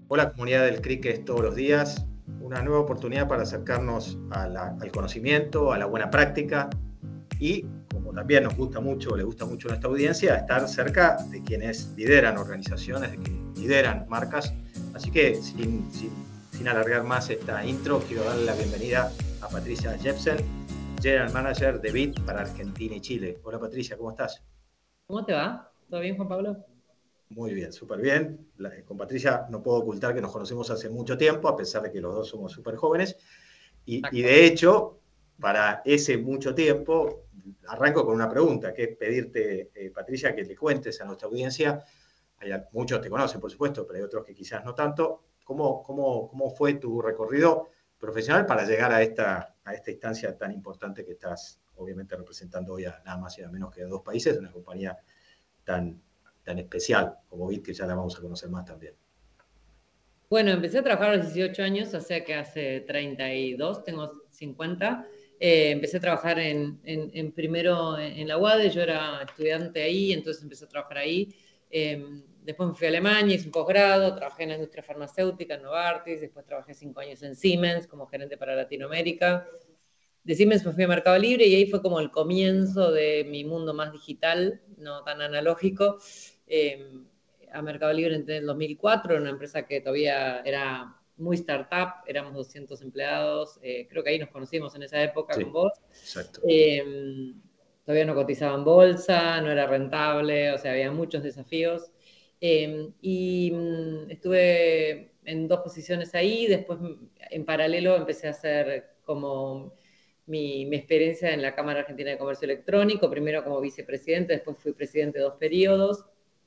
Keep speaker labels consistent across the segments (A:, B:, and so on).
A: Hola, comunidad del cricket todos los días. Una nueva oportunidad para acercarnos al conocimiento, a la buena práctica y, como también nos gusta mucho, le gusta mucho a nuestra audiencia, estar cerca de quienes lideran organizaciones, de quienes lideran marcas. Así que, sin alargar más esta intro, quiero darle la bienvenida a Patricia Jepsen, General Manager de BIT para Argentina y Chile. Hola Patricia, ¿cómo estás?
B: ¿Cómo te va? ¿Todo bien, Juan Pablo?
A: Muy bien, súper bien. Con Patricia no puedo ocultar que nos conocemos hace mucho tiempo, a pesar de que los dos somos súper jóvenes. Y
B: Exacto.
A: de hecho, para ese mucho tiempo, arranco con una pregunta, que es pedirte, Patricia, que le cuentes a nuestra audiencia. Muchos te conocen, por supuesto, pero hay otros que quizás no tanto. ¿Cómo fue tu recorrido profesional para llegar a esta instancia tan importante que estás, obviamente, representando hoy a nada más y nada menos que a dos países, una compañía tan, tan especial como BIT, que ya la vamos a conocer más también?
B: Bueno, empecé a trabajar a los 18 años, o sea que hace 32, tengo 50. Empecé a trabajar primero en la UADE, yo era estudiante ahí, entonces empecé a trabajar ahí. Después me fui a Alemania, hice un posgrado, trabajé en la industria farmacéutica, en Novartis, después trabajé 5 años en Siemens como gerente para Latinoamérica. De Siemens me fui a Mercado Libre y ahí fue como el comienzo de mi mundo más digital, no tan analógico. A Mercado Libre entré en el 2004, una empresa que todavía era muy startup, éramos 200 empleados, creo que ahí nos conocimos en esa época con
A: Sí,
B: vos.
A: exacto.
B: Eh, Todavía no cotizaba en bolsa, no era rentable, o sea, había muchos desafíos. Estuve en dos posiciones ahí, después en paralelo empecé a hacer como mi experiencia en la Cámara Argentina de Comercio Electrónico, primero como vicepresidente, después fui presidente 2 periodos.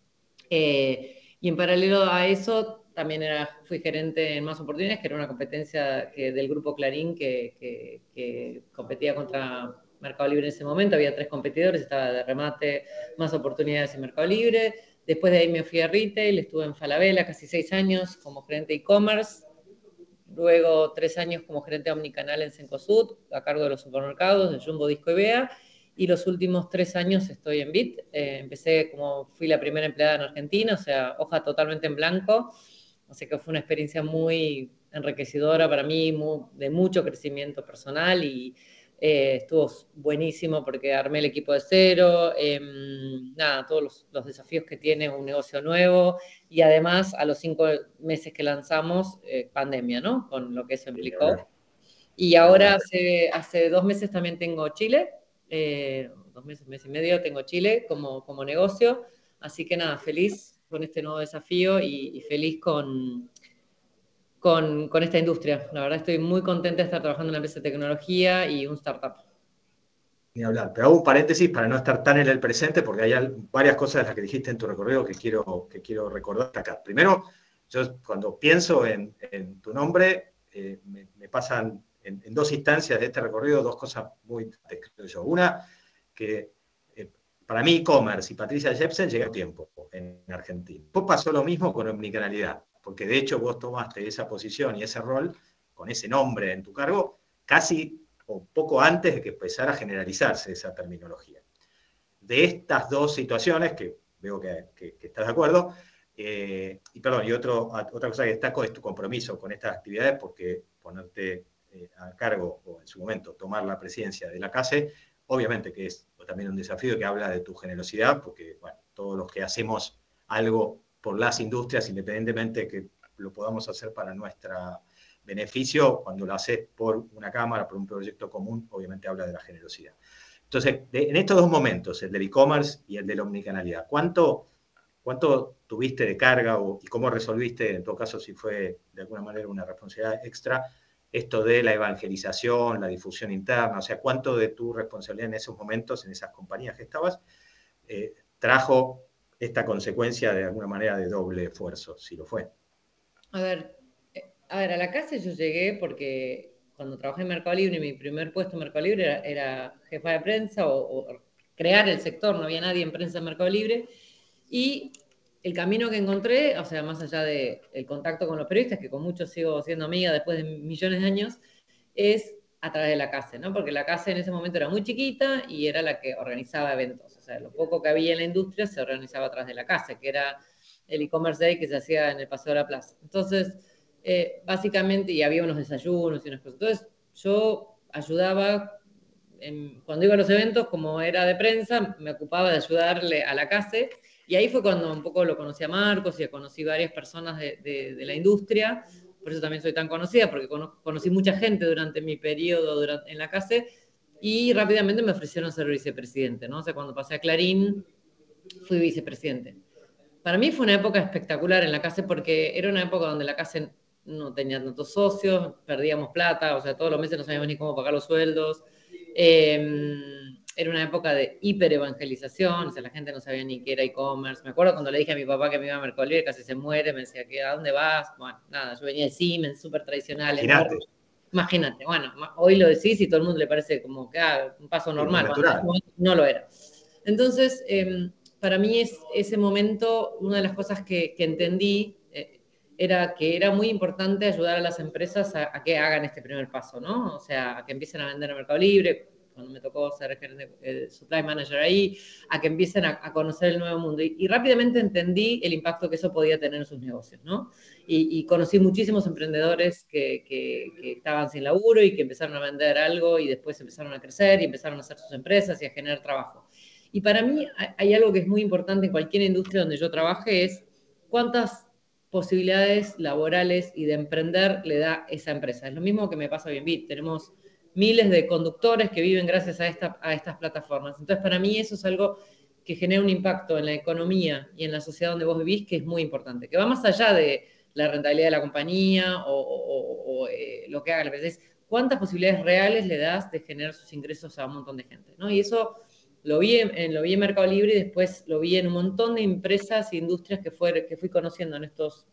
B: Y en paralelo a eso, también fui gerente en Más Oportunidades, que era una competencia del grupo Clarín que competía contra Mercado Libre en ese momento. Había 3 competidores, estaba de remate, Más Oportunidades y Mercado Libre. Después de ahí me fui a retail, estuve en Falabella casi 6 años como gerente e-commerce. Luego 3 años como gerente omnicanal en Cencosud, a cargo de los supermercados, de Jumbo, Disco y Bea. Y los últimos 3 años estoy en BIT. Empecé como fui la primera empleada en Argentina, o sea, hoja totalmente en blanco. Así que fue una experiencia muy enriquecedora para mí, de mucho crecimiento personal y estuvo buenísimo porque armé el equipo de cero. Nada, todos los desafíos que tiene un negocio nuevo y además a los 5 meses que lanzamos, pandemia, ¿no? Con lo que eso
A: Sí, ni
B: implicó.
A: hablar,
B: Y
A: ni
B: ahora
A: hablar.
B: hace 2 meses también tengo Chile, 2 meses, mes y medio tengo Chile como negocio, así que nada, feliz con este nuevo desafío y feliz con esta industria. La verdad estoy muy contenta de estar trabajando en una empresa de tecnología y un startup.
A: Ni hablar. Pero hago un paréntesis para no estar tan en el presente, porque hay varias cosas de las que dijiste en tu recorrido que quiero recordar acá. Primero, yo cuando pienso en tu nombre, me pasan en dos instancias de este recorrido dos cosas muy importantes, creo yo. Una, que para mí e-commerce y Patricia Jepsen llega a tiempo en Argentina. Después pasó lo mismo con omnicanalidad, porque de hecho vos tomaste esa posición y ese rol con ese nombre en tu cargo casi o poco antes de que empezara a generalizarse esa terminología. De estas dos situaciones, que veo que estás de acuerdo, y otra cosa que destaco es tu compromiso con estas actividades, porque ponerte a cargo, o en su momento tomar la presidencia de la CASE, obviamente que es también un desafío que habla de tu generosidad, porque bueno, todos los que hacemos algo por las industrias, independientemente que lo podamos hacer para nuestra beneficio, cuando lo haces por una cámara, por un proyecto común, obviamente habla de la generosidad. Entonces, en estos dos momentos, el del e-commerce y el de la omnicanalidad, ¿cuánto tuviste de carga y cómo resolviste, en todo caso, si fue de alguna manera una responsabilidad extra, esto de la evangelización, la difusión interna? O sea, ¿cuánto de tu responsabilidad en esos momentos, en esas compañías que estabas, trajo esta consecuencia de alguna manera de doble esfuerzo, si lo fue?
B: A ver, a la casa yo llegué porque cuando trabajé en Mercado Libre, mi primer puesto en Mercado Libre era jefa de prensa o crear el sector, no había nadie en prensa en Mercado Libre. Y el camino que encontré, o sea, más allá del contacto con los periodistas, que con muchos sigo siendo amiga después de millones de años, es a través de la CASE, ¿no? Porque la CASE en ese momento era muy chiquita y era la que organizaba eventos. O sea, lo poco que había en la industria se organizaba a través de la CASE, que era el e-commerce day que se hacía en el Paseo de la Plaza. Entonces, básicamente, y había unos desayunos y unas cosas. Entonces, yo ayudaba, cuando iba a los eventos, como era de prensa, me ocupaba de ayudarle a la CASE, y ahí fue cuando un poco lo conocí a Marcos y conocí varias personas de la industria, por eso también soy tan conocida, porque conocí mucha gente durante mi periodo en la CASE, y rápidamente me ofrecieron ser vicepresidente, ¿no? O sea, cuando pasé a Clarín, fui vicepresidente. Para mí fue una época espectacular en la CASE porque era una época donde la CASE no tenía tantos socios, perdíamos plata, o sea, todos los meses no sabíamos ni cómo pagar los sueldos. Era una época de hiperevangelización, o sea, la gente no sabía ni qué era e-commerce. Me acuerdo cuando le dije a mi papá que me iba a Mercado Libre, casi se muere, me decía, ¿a dónde vas? Bueno, nada, yo venía de Siemens, súper tradicionales.
A: Imagínate.
B: Imagínate, bueno, hoy lo decís y todo el mundo le parece como que un paso
A: Sí, muy
B: normal,
A: natural.
B: no lo era. Entonces, para mí ese momento, una de las cosas que entendí era que era muy importante ayudar a las empresas a que hagan este primer paso, ¿no? O sea, a que empiecen a vender en Mercado Libre, cuando me tocó ser supply manager ahí, a que empiecen a conocer el nuevo mundo. Y rápidamente entendí el impacto que eso podía tener en sus negocios, ¿no? Y conocí muchísimos emprendedores que estaban sin laburo y que empezaron a vender algo y después empezaron a crecer y empezaron a hacer sus empresas y a generar trabajo. Y para mí hay algo que es muy importante en cualquier industria donde yo trabaje, es cuántas posibilidades laborales y de emprender le da esa empresa. Es lo mismo que me pasa a Bienbit. Tenemos miles de conductores que viven gracias a estas plataformas. Entonces, para mí eso es algo que genera un impacto en la economía y en la sociedad donde vos vivís que es muy importante, que va más allá de la rentabilidad de la compañía o lo que haga la empresa. Es cuántas posibilidades reales le das de generar sus ingresos a un montón de gente, ¿no? Y eso lo vi en Mercado Libre y después lo vi en un montón de empresas e industrias que fui conociendo en estos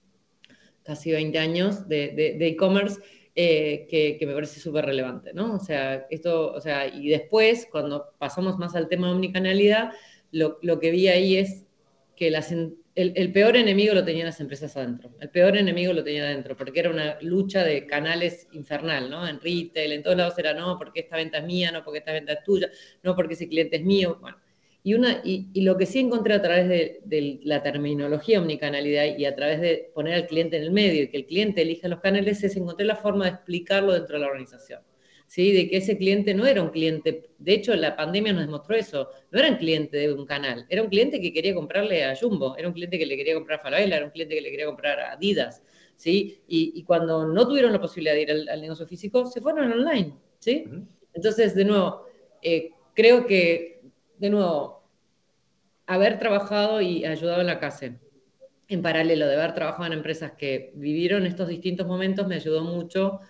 B: casi 20 años de e-commerce, que me parece súper relevante, ¿no? O sea, y después, cuando pasamos más al tema de omnicanalidad, lo que vi ahí es que el peor enemigo lo tenían las empresas adentro. El peor enemigo lo tenían adentro, porque era una lucha de canales infernal, ¿no? En retail, en todos lados era, no, porque esta venta es mía, no, porque esta venta es tuya, no, porque ese cliente es mío. Bueno, y lo que sí encontré a través de la terminología omnicanalidad y a través de poner al cliente en el medio y que el cliente elija los canales es encontrar la forma de explicarlo dentro de la organización. ¿Sí? De que ese cliente no era un cliente, de hecho la pandemia nos demostró eso, no era un cliente de un canal, era un cliente que quería comprarle a Jumbo, era un cliente que le quería comprar a Falabella, era un cliente que le quería comprar a Adidas, ¿sí? Y cuando no tuvieron la posibilidad de ir al negocio físico, se fueron online, ¿sí? Entonces, de nuevo, creo que, de nuevo, haber trabajado y ayudado en la CASE, en paralelo de haber trabajado en empresas que vivieron estos distintos momentos, me ayudó mucho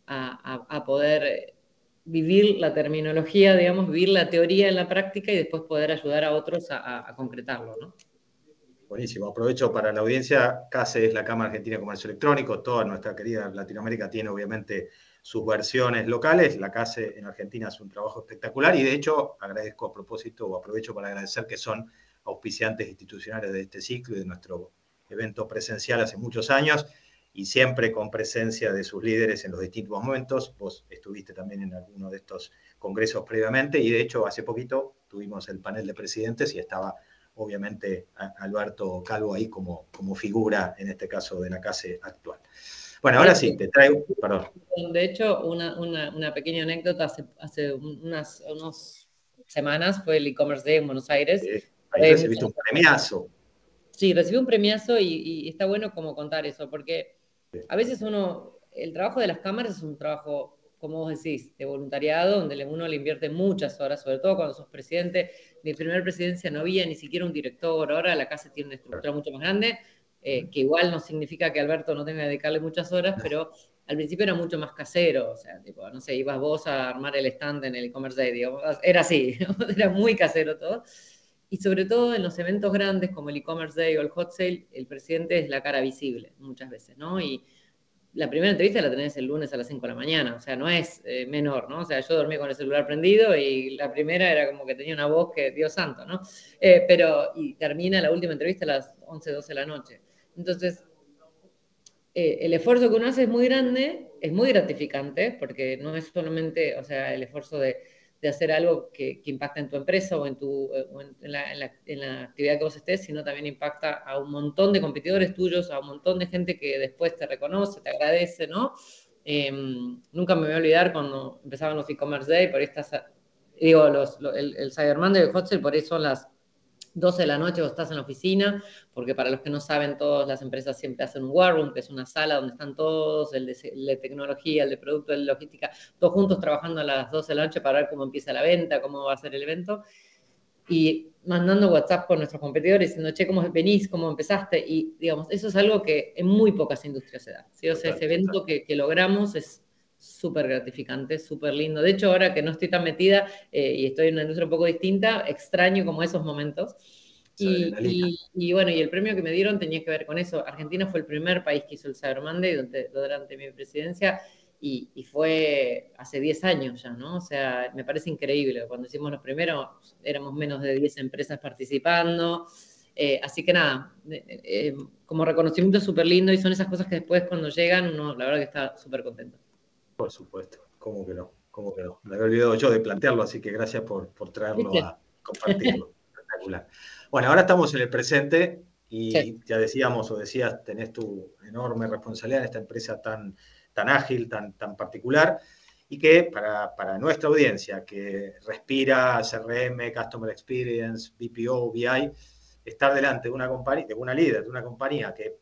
B: a poder vivir la terminología, digamos, vivir la teoría en la práctica y después poder ayudar a otros a concretarlo, ¿no?
A: Buenísimo. Aprovecho para la audiencia. CASE es la Cámara Argentina de Comercio Electrónico. Toda nuestra querida Latinoamérica tiene obviamente sus versiones locales. La CASE en Argentina hace un trabajo espectacular y de hecho agradezco a propósito o aprovecho para agradecer que son auspiciantes institucionales de este ciclo y de nuestro evento presencial hace muchos años y siempre con presencia de sus líderes en los distintos momentos. Vos estuviste también en alguno de estos congresos previamente y de hecho hace poquito tuvimos el panel de presidentes y estaba obviamente Alberto Calvo ahí como figura, en este caso, de la CASE actual. Bueno, ahora sí, te traigo, perdón.
B: De hecho, una pequeña anécdota, hace unas semanas fue el e-commerce day en Buenos Aires.
A: Ahí recibiste un premiazo.
B: Sí, recibí un premiazo y está bueno como contar eso, porque a veces el trabajo de las cámaras es un trabajo, como vos decís, de voluntariado, donde uno le invierte muchas horas, sobre todo cuando sos presidente. Mi primera presidencia no había ni siquiera un director, ahora la casa tiene una estructura mucho más grande, que igual no significa que Alberto no tenga que dedicarle muchas horas, pero al principio era mucho más casero, o sea, tipo, no sé, ibas vos a armar el stand en el e-commerce day, digamos, era así, era muy casero todo. Y sobre todo en los eventos grandes como el e-commerce day o el hot sale, el presidente es la cara visible muchas veces, ¿no? Y la primera entrevista la tenés el lunes a las 5 de la mañana, o sea, no es menor, ¿no? O sea, yo dormí con el celular prendido y la primera era como que tenía una voz que, Dios santo, ¿no? Y termina la última entrevista a las 11, 12 de la noche. Entonces, el esfuerzo que uno hace es muy grande, es muy gratificante, porque no es solamente, o sea, el esfuerzo de de hacer algo que impacta en tu empresa o en la actividad que vos estés, sino también impacta a un montón de competidores tuyos, a un montón de gente que después te reconoce, te agradece, ¿no? Nunca me voy a olvidar cuando empezaban los e-commerce day, por ahí estás, digo, el Cyber Monday de Hot Sale, por ahí son las 12 de la noche vos estás en la oficina, porque para los que no saben, todas las empresas siempre hacen un war room, que es una sala donde están todos, el de tecnología, el de producto, el de logística, todos juntos trabajando a las 12 de la noche para ver cómo empieza la venta, cómo va a ser el evento, y mandando WhatsApp con nuestros competidores diciendo, che, ¿cómo venís? ¿Cómo empezaste? Y, digamos, eso es algo que en muy pocas industrias se da, ¿sí? O sea, ese evento que logramos es súper gratificante, súper lindo. De hecho, ahora que no estoy tan metida y estoy en una industria un poco distinta, extraño como esos momentos. Y bueno, y el premio que me dieron tenía que ver con eso. Argentina fue el primer país que hizo el Cyber Monday durante mi presidencia y fue hace 10 años ya, ¿no? O sea, me parece increíble. Cuando hicimos los primeros éramos menos de 10 empresas participando. Así que nada, como reconocimiento súper lindo y son esas cosas que después cuando llegan uno la verdad que está súper contento.
A: Por supuesto, ¿cómo que no? ¿Cómo que no? Me había olvidado yo de plantearlo, así que gracias por traerlo
B: ¿Viste?
A: a compartirlo. Espectacular. Bueno, ahora estamos en el presente
B: Sí.
A: y ya decíamos o decías, tenés tu enorme responsabilidad en esta empresa tan ágil, tan particular, y que para nuestra audiencia que respira CRM, Customer Experience, BPO, BI, estar delante de una compañía, de una líder, de una compañía que,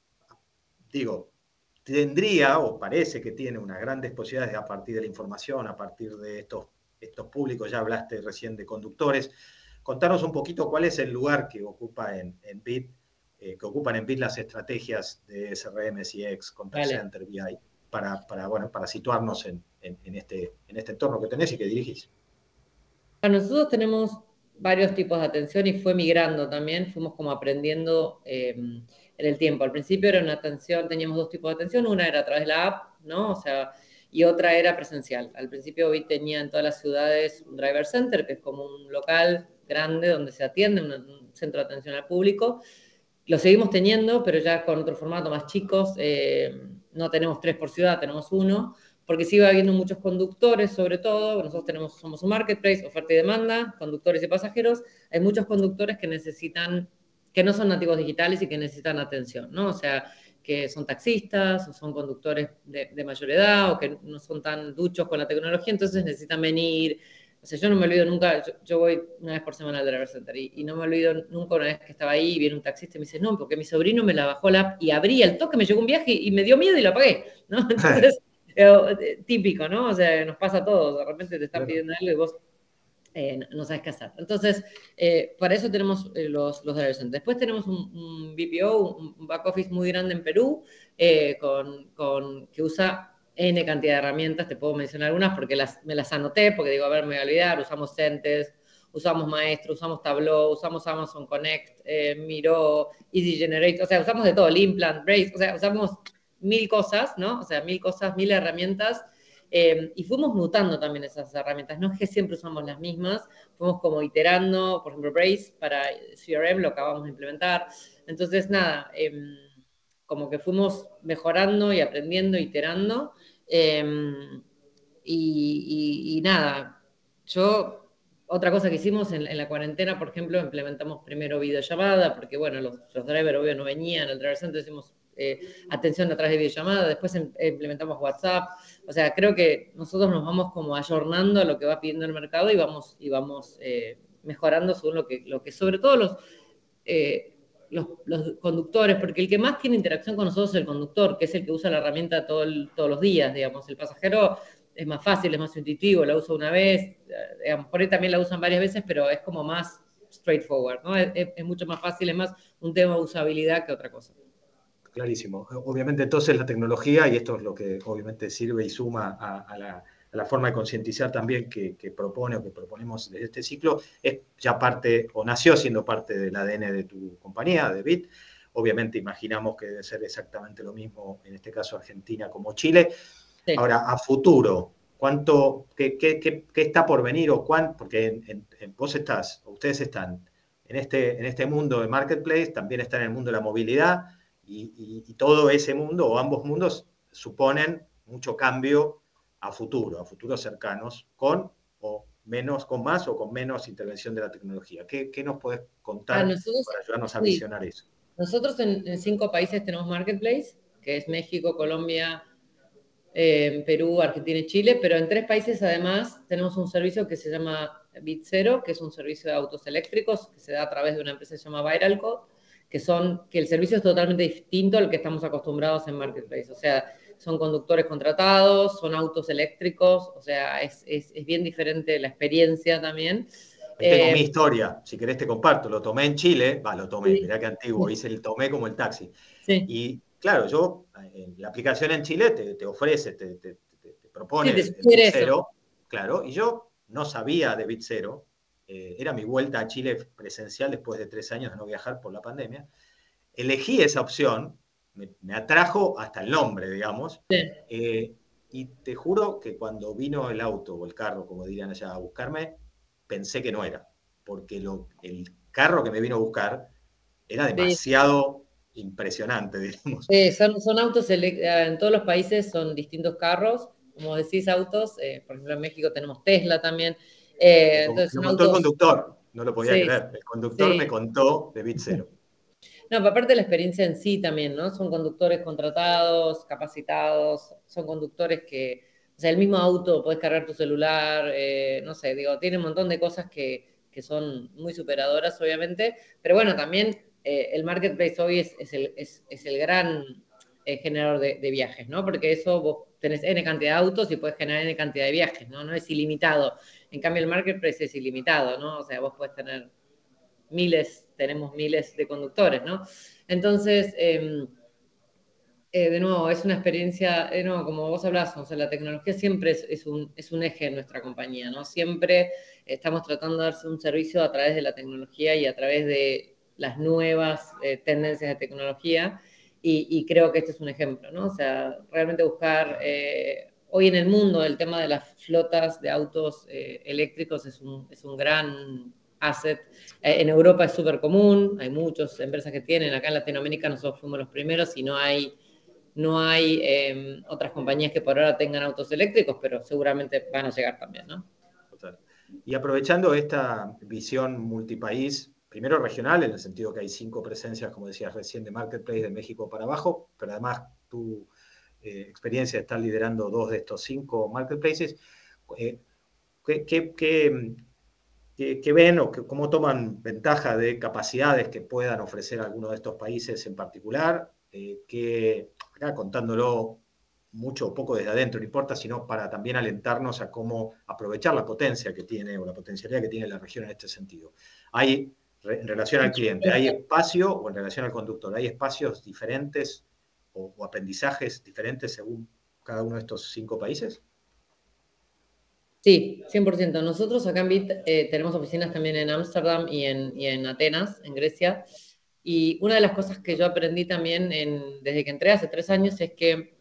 A: digo, tendría o parece que tiene unas grandes posibilidades a partir de la información, a partir de estos públicos, ya hablaste recién de conductores. Contanos un poquito cuál es el lugar que ocupa en BIT, que ocupan en BIT las estrategias de SRM, CX, Contact
B: Vale.
A: Center, BI, para situarnos en este entorno que tenés y que dirigís.
B: Nosotros tenemos varios tipos de atención y fue migrando también, fuimos como aprendiendo en el tiempo. Al principio era una atención, teníamos dos tipos de atención, una era a través de la app, ¿no? O sea, y otra era presencial. Al principio hoy tenía en todas las ciudades un driver center, que es como un local grande donde se atiende, un centro de atención al público. Lo seguimos teniendo, pero ya con otro formato más chicos. No tenemos 3 por ciudad, tenemos uno porque sigue habiendo muchos conductores, sobre todo, nosotros somos un marketplace, oferta y demanda, conductores y pasajeros, hay muchos conductores que necesitan, que no son nativos digitales y que necesitan atención, ¿no? O sea, que son taxistas, o son conductores de mayor edad, o que no son tan duchos con la tecnología, entonces necesitan venir. O sea, yo no me olvido nunca, yo voy una vez por semana al Driver Center y no me olvido nunca una vez que estaba ahí y viene un taxista y me dice, no, porque mi sobrino me la bajó la app y abrí el toque, me llegó un viaje y me dio miedo y lo apagué, ¿no? Entonces, típico, ¿no? O sea, nos pasa a todos, de repente te están
A: Claro.
B: pidiendo algo y vos no sabes qué hacer. Entonces, para eso tenemos los Driver Centers. Después tenemos un BPO, un back office muy grande en Perú, que usa N cantidad de herramientas, te puedo mencionar algunas porque me las anoté, porque digo, a ver, me voy a olvidar, usamos Centes, usamos Maestro, usamos Tableau, usamos Amazon Connect, Miro, Easy Generate, o sea, usamos de todo, Limplant, Brace, o sea, usamos mil cosas, ¿no? O sea, mil cosas, mil herramientas, y fuimos mutando también esas herramientas, no es que siempre usamos las mismas, fuimos como iterando, por ejemplo, Brace para CRM lo acabamos de implementar, entonces nada, como que fuimos mejorando y aprendiendo, iterando, eh, y nada, otra cosa que hicimos en la cuarentena, por ejemplo, implementamos primero videollamada, porque bueno, los drivers obvio no venían, el driver center hicimos atención a través de videollamada, después implementamos WhatsApp, o sea, creo que nosotros nos vamos como ayornando a lo que va pidiendo el mercado y vamos mejorando según lo que sobre todo los conductores, porque el que más tiene interacción con nosotros es el conductor, que es el que usa la herramienta todos los días, digamos. El pasajero es más fácil, es más intuitivo, la usa una vez, digamos, por ahí también la usan varias veces, pero es como más straightforward, ¿no? Es mucho más fácil, es más un tema de usabilidad que otra cosa.
A: Clarísimo. Obviamente entonces la tecnología, y esto es lo que obviamente sirve y suma a la forma de concientizar también que propone o que proponemos desde este ciclo, es ya parte o nació siendo parte del ADN de tu compañía, de BIT. Obviamente imaginamos que debe ser exactamente lo mismo, en este caso Argentina como Chile.
B: Sí.
A: Ahora, a futuro, qué está por venir o cuánto? Porque ustedes están en este mundo de marketplace, también están en el mundo de la movilidad y todo ese mundo o ambos mundos suponen mucho cambio a futuros cercanos, con o menos, con más o con menos intervención de la tecnología. ¿Qué nos podés
B: Ah,
A: contar para ayudarnos a
B: sí,
A: visionar eso?
B: nosotros en 5 países tenemos Marketplace, que es México, Colombia, Perú, Argentina y Chile, pero en 3 países además tenemos un servicio que se llama BitZero, que es un servicio de autos eléctricos que se da a través de una empresa que se llama ViralCode, que el servicio es totalmente distinto al que estamos acostumbrados en Marketplace. O sea, son conductores contratados, son autos eléctricos, o sea, es bien diferente la experiencia también.
A: Ahí tengo mi
B: Eh,
A: historia, si querés te comparto. Lo tomé en Chile,
B: sí,
A: mirá qué antiguo, hice el tomé como el taxi.
B: sí,
A: Y claro, la aplicación en Chile te ofrece, te propone
B: sí, te
A: el
B: sugiere
A: Bit
B: eso.
A: Zero, claro, y yo no sabía de Bit Zero, era mi vuelta a Chile presencial después de 3 años de no viajar por la pandemia. Elegí esa opción, me atrajo hasta el nombre, digamos,
B: Sí.
A: eh, y te juro que cuando vino el auto o el carro, como dirían allá, a buscarme, pensé que no era, porque el carro que me vino a buscar era
B: Sí,
A: demasiado impresionante, digamos.
B: son autos, en todos los países son distintos carros, como decís, autos, por ejemplo en México tenemos Tesla también,
A: Me
B: entonces
A: lo
B: son
A: contó el
B: autos,
A: conductor, no lo podía
B: sí,
A: creer. El conductor me
B: sí.
A: contó de Bit Zero.
B: No, pero aparte de la experiencia en sí también, ¿no? Son conductores contratados, capacitados, son conductores o sea, el mismo auto, puedes cargar tu celular, no sé, digo, tiene un montón de cosas que son muy superadoras, obviamente, pero bueno, también el marketplace hoy es el gran generador de viajes, ¿no? Porque eso vos tenés N cantidad de autos y puedes generar N cantidad de viajes, ¿no? No es ilimitado. En cambio, el marketplace es ilimitado, ¿no? O sea, vos puedes tener tenemos miles de conductores, ¿no? Entonces, de nuevo, es una experiencia, de nuevo, como vos hablás, o sea, la tecnología siempre es un eje en nuestra compañía, ¿no? Siempre estamos tratando de darse un servicio a través de la tecnología y a través de las nuevas tendencias de tecnología, y creo que este es un ejemplo, ¿no? O sea, realmente buscar, hoy en el mundo, el tema de las flotas de autos eléctricos es un gran asset. En Europa es súper común, hay muchas empresas que tienen, acá en Latinoamérica nosotros fuimos los primeros y no hay otras compañías que por ahora tengan autos eléctricos, pero seguramente van a llegar también, ¿no?
A: Total. Y aprovechando esta visión multipaís, primero regional, en el sentido que hay 5 presencias, como decías recién, de Marketplace de México para abajo, pero además tu experiencia está liderando 2 de estos 5 marketplaces. Eh, ¿qué, qué, qué, qué ven o cómo toman ventaja de capacidades que puedan ofrecer algunos de estos países en particular? Acá contándolo mucho o poco desde adentro, no importa, sino para también alentarnos a cómo aprovechar la potencia que tiene o la potencialidad que tiene la región en este sentido. En relación al cliente, ¿hay espacio o en relación al conductor? ¿Hay espacios diferentes o aprendizajes diferentes según cada uno de estos 5 países?
B: Sí, 100%. Nosotros acá en BIT tenemos oficinas también en Ámsterdam y en Atenas, en Grecia. Y una de las cosas que yo aprendí también desde que entré hace 3 años es que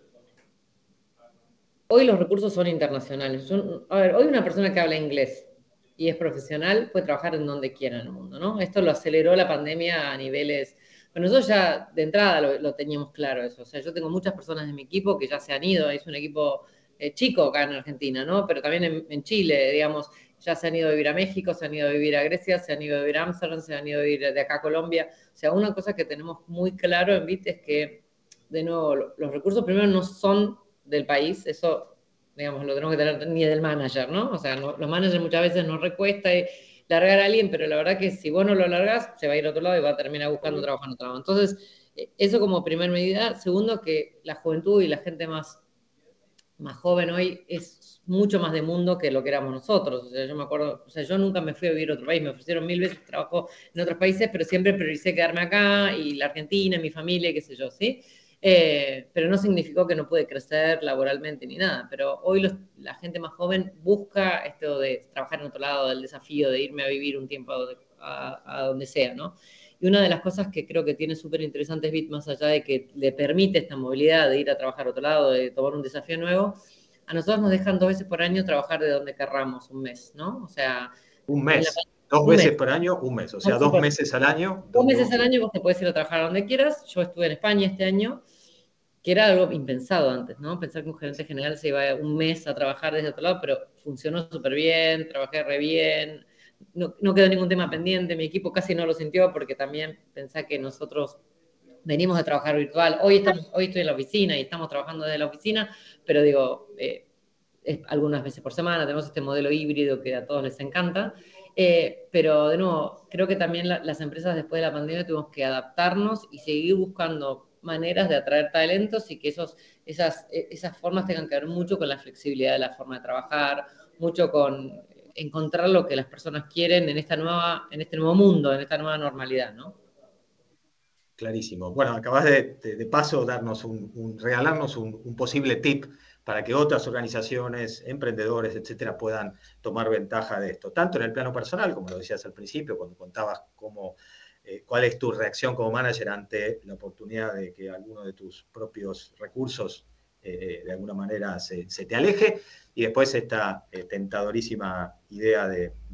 B: hoy los recursos son internacionales. A ver, hoy una persona que habla inglés y es profesional puede trabajar en donde quiera en el mundo, ¿no? Esto lo aceleró la pandemia a niveles. Bueno, nosotros ya de entrada lo teníamos claro eso. O sea, yo tengo muchas personas de mi equipo que ya se han ido. Es un equipo chico acá en Argentina, ¿no? Pero también en Chile, digamos, ya se han ido a vivir a México, se han ido a vivir a Grecia, se han ido a vivir a Ámsterdam, se han ido a vivir de acá a Colombia. O sea, una cosa que tenemos muy claro en BIT es que, de nuevo, los recursos primero no son del país, eso, digamos, lo tenemos que tener ni del manager, ¿no? O sea, los managers muchas veces nos recuesta largar a alguien, pero la verdad que si vos no lo largás, se va a ir a otro lado y va a terminar buscando
A: Obvio.
B: trabajo en otro lado. Entonces, eso como primer medida. Segundo, que la juventud y la gente más joven hoy es mucho más de mundo que lo que éramos nosotros. O sea, yo me acuerdo, o sea, yo nunca me fui a vivir a otro país, me ofrecieron 1000 veces trabajo en otros países, pero siempre prioricé quedarme acá y la Argentina, mi familia, qué sé yo, ¿sí? Pero no significó que no pude crecer laboralmente ni nada. Pero hoy la gente más joven busca esto de trabajar en otro lado, del desafío de irme a vivir un tiempo a donde sea, ¿no? Y una de las cosas que creo que tiene súper interesante Bit, más allá de que le permite esta movilidad de ir a trabajar a otro lado, de tomar un desafío nuevo, a nosotros nos dejan 2 veces por año trabajar de donde querramos, un mes, ¿no? O sea,
A: Un
B: en
A: mes, dos
B: un
A: veces
B: mes.
A: por año, un mes, o sea,
B: Dos,
A: 2 meses al año,
B: 2 meses al año vos te puedes ir a trabajar a donde quieras. Yo estuve en España este año que era algo impensado antes, ¿no? Pensar que un gerente general se iba un mes a trabajar desde otro lado, pero funcionó súper bien, trabajé re bien, no quedó ningún tema pendiente, mi equipo casi no lo sintió porque también pensá que nosotros venimos de trabajar virtual, hoy estoy en la oficina y estamos trabajando desde la oficina, pero digo, algunas veces por semana, tenemos este modelo híbrido que a todos les encanta, pero de nuevo, creo que también las empresas después de la pandemia tuvimos que adaptarnos y seguir buscando maneras de atraer talentos y que esas formas tengan que ver mucho con la flexibilidad de la forma de trabajar, mucho con encontrar lo que las personas quieren en en este nuevo mundo, en esta nueva normalidad, ¿no?
A: Clarísimo. Bueno, acabas de paso darnos regalarnos un posible tip para que otras organizaciones, emprendedores, etcétera, puedan tomar ventaja de esto, tanto en el plano personal, como lo decías al principio, cuando contabas cuál es tu reacción como manager ante la oportunidad de que alguno de tus propios recursos de alguna manera se te aleje, y después esta tentadorísima idea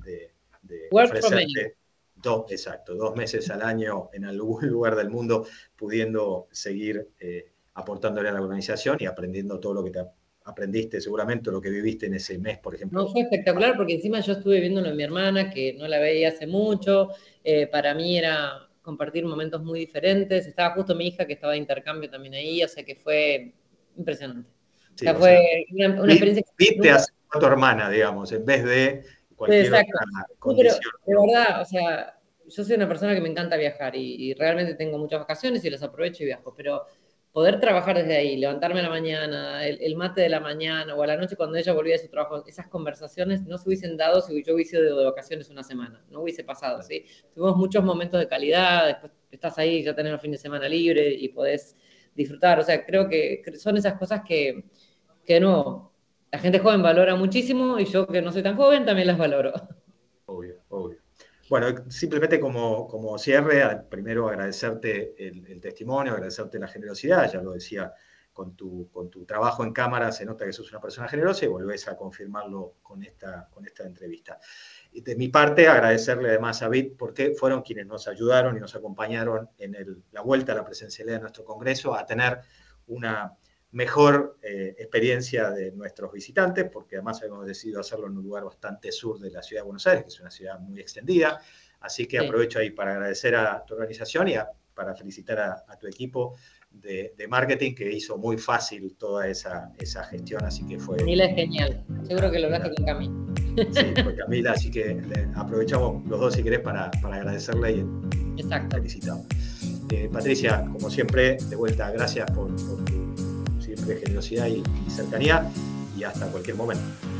A: de
B: Work from anywhere.
A: ofrecerte exacto, 2 meses al año en algún lugar del mundo, pudiendo seguir aportándole a la organización y aprendiendo todo lo que aprendiste, seguramente lo que viviste en ese mes, por ejemplo.
B: No, fue espectacular porque encima yo estuve viéndolo en mi hermana, que no la veía hace mucho. Para mí era compartir momentos muy diferentes. Estaba justo mi hija que estaba de intercambio también ahí, o sea que fue impresionante. O
A: Sí,
B: sea,
A: o sea,
B: fue una experiencia que
A: viste
B: nunca...
A: a tu hermana, digamos, en vez de cualquier
B: Exacto.
A: otra
B: Sí, pero
A: condición.
B: de verdad, o sea, yo soy una persona que me encanta viajar y realmente tengo muchas vacaciones y las aprovecho y viajo, pero poder trabajar desde ahí, levantarme a la mañana, el mate de la mañana o a la noche cuando ella volvía de su trabajo, esas conversaciones no se hubiesen dado si yo hubiese ido de vacaciones una semana, no hubiese pasado, ¿sí? Tuvimos muchos momentos de calidad, después estás ahí, ya tenés el fin de semana libre y podés disfrutar, o sea, creo que son esas cosas que de nuevo, la gente joven valora muchísimo y yo que no soy tan joven también las valoro.
A: Obvio, obvio. Bueno, simplemente como cierre, primero agradecerte el testimonio, agradecerte la generosidad, ya lo decía, con tu trabajo en cámara se nota que sos una persona generosa y volvés a confirmarlo con esta entrevista. Y de mi parte, agradecerle además a BIT porque fueron quienes nos ayudaron y nos acompañaron en la vuelta a la presencialidad de nuestro congreso a tener una mejor experiencia de nuestros visitantes, porque además habíamos decidido hacerlo en un lugar bastante sur de la ciudad de Buenos Aires, que es una ciudad muy extendida. Así que aprovecho ahí para agradecer a tu organización y para felicitar a tu equipo de marketing que hizo muy fácil toda esa gestión. Así que fue...
B: Camila es genial. Seguro que lo hablaste con Camila.
A: Sí, fue Camila, así que aprovechamos los dos si querés para agradecerle y felicitamos. Patricia, como siempre, de vuelta, gracias por tu siempre generosidad y cercanía y hasta cualquier momento.